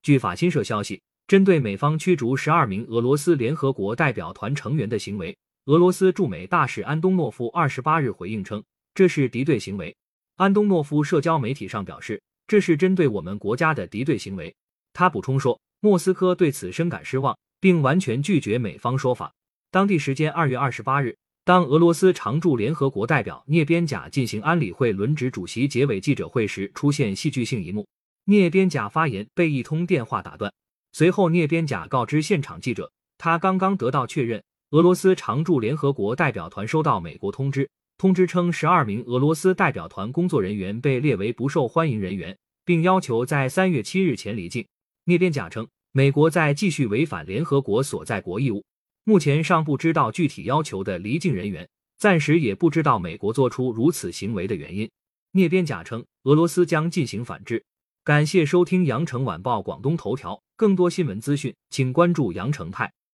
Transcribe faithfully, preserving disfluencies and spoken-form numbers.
据法新社消息，针对美方驱逐十二名俄罗斯联合国代表团成员的行为，俄罗斯驻美大使安东诺夫二十八日回应称，这是敌对行为。安东诺夫社交媒体上表示，这是针对我们国家的敌对行为。他补充说，莫斯科对此深感失望，并完全拒绝美方说法。当地时间二月二十八日，当俄罗斯常驻联合国代表聂边贾进行安理会轮值主席结尾记者会时，出现戏剧性一幕。聂边贾发言被一通电话打断，随后聂边贾告知现场记者，他刚刚得到确认，俄罗斯常驻联合国代表团收到美国通知，通知称十二名俄罗斯代表团工作人员被列为不受欢迎人员，并要求在三月七日前离境。聂边贾称，美国在继续违反联合国所在国义务，目前尚不知道具体要求的离境人员，暂时也不知道美国做出如此行为的原因。聂边贾称，俄罗斯将进行反制。感谢收听羊城晚报广东头条，更多新闻资讯，请关注羊城派。